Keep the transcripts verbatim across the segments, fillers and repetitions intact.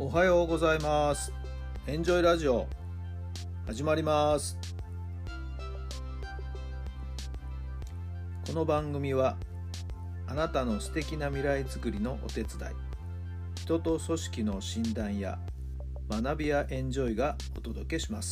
おはようございます。エンジョイラジオ始まります。この番組はあなたの素敵な未来づくりのお手伝い、人と組織の診断や学びやエンジョイがお届けします。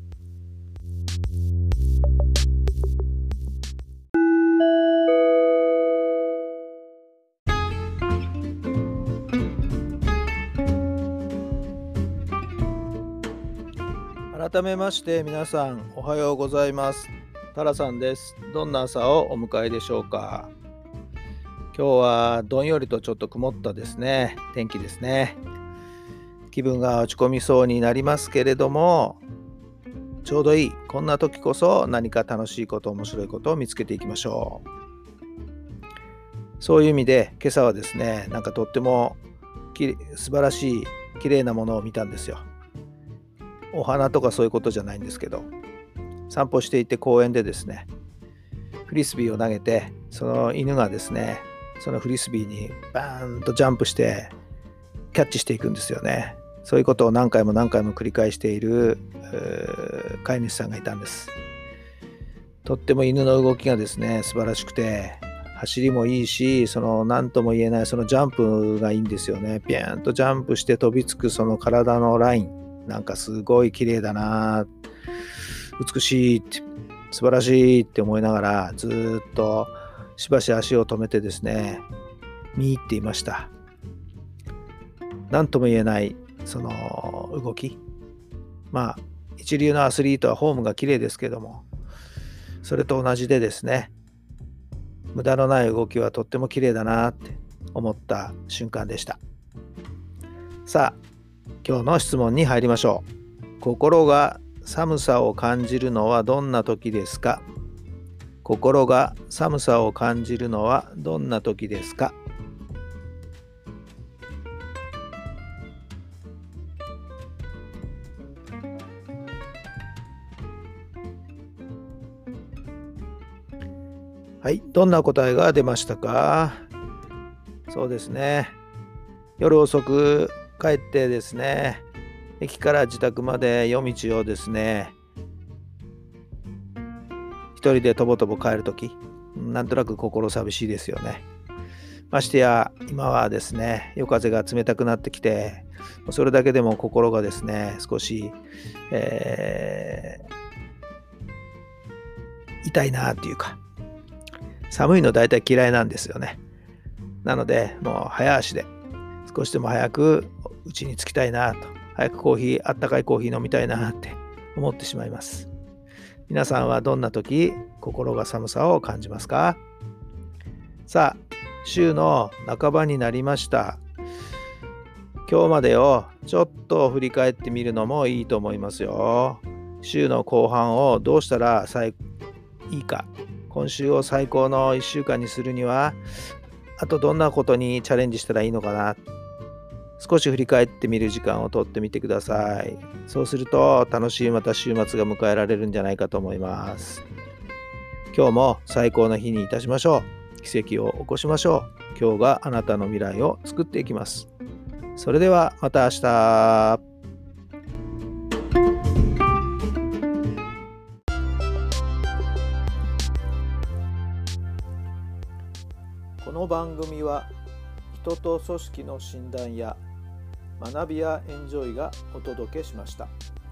改めまして皆さんおはようございます。タラさんです。どんな朝をお迎えでしょうか。今日はどんよりとちょっと曇ったですね天気ですね。気分が落ち込みそうになりますけれども、ちょうどいいこんな時こそ何か楽しいこと面白いことを見つけていきましょう。そういう意味で今朝はですね、なんかとってもき素晴らしい綺麗なものを見たんですよ。お花とかそういうことじゃないんですけど、散歩していて公園でですね、フリスビーを投げて、その犬がですね、そのフリスビーにバーンとジャンプしてキャッチしていくんですよね。そういうことを何回も何回も繰り返している飼い主さんがいたんです。とっても犬の動きがですね素晴らしくて、走りもいいし、その何とも言えないそのジャンプがいいんですよね。ピューンとジャンプして飛びつくその体のライン、なんかすごい綺麗だな、美しいって、素晴らしいって思いながら、ずっとしばし足を止めてですね見入っていました。何とも言えないその動き、まあ一流のアスリートはフォームが綺麗ですけども、それと同じでですね、無駄のない動きはとっても綺麗だなって思った瞬間でした。さあ今日の質問に入りましょう。心が寒さを感じるのはどんな時ですか？心が寒さを感じるのはどんな時ですか？はい、どんな答えが出ましたか？そうですね、夜遅く帰ってですね、駅から自宅まで夜道をですね一人でとぼとぼ帰るとき、なんとなく心寂しいですよね。ましてや今はですね、夜風が冷たくなってきて、それだけでも心がですね少し、えー、痛いなっていうか、寒いの大体嫌いなんですよね。なのでもう早足で少しでも早く家に着きたいなと、早くコーヒー、あったかいコーヒー飲みたいなって思ってしまいます。皆さんはどんな時心が寒さを感じますか？さあ、週の半ばになりました。今日までをちょっと振り返ってみるのもいいと思いますよ。週の後半をどうしたら最いいか、今週を最高のいっしゅうかんにするにはあとどんなことにチャレンジしたらいいのかな、少し振り返ってみる時間をとってみてください。そうすると楽しいまた週末が迎えられるんじゃないかと思います。今日も最高の日にいたしましょう。奇跡を起こしましょう。今日があなたの未来を作っていきます。それではまた明日。この番組は人と組織の診断や学びやエンジョイがお届けしました。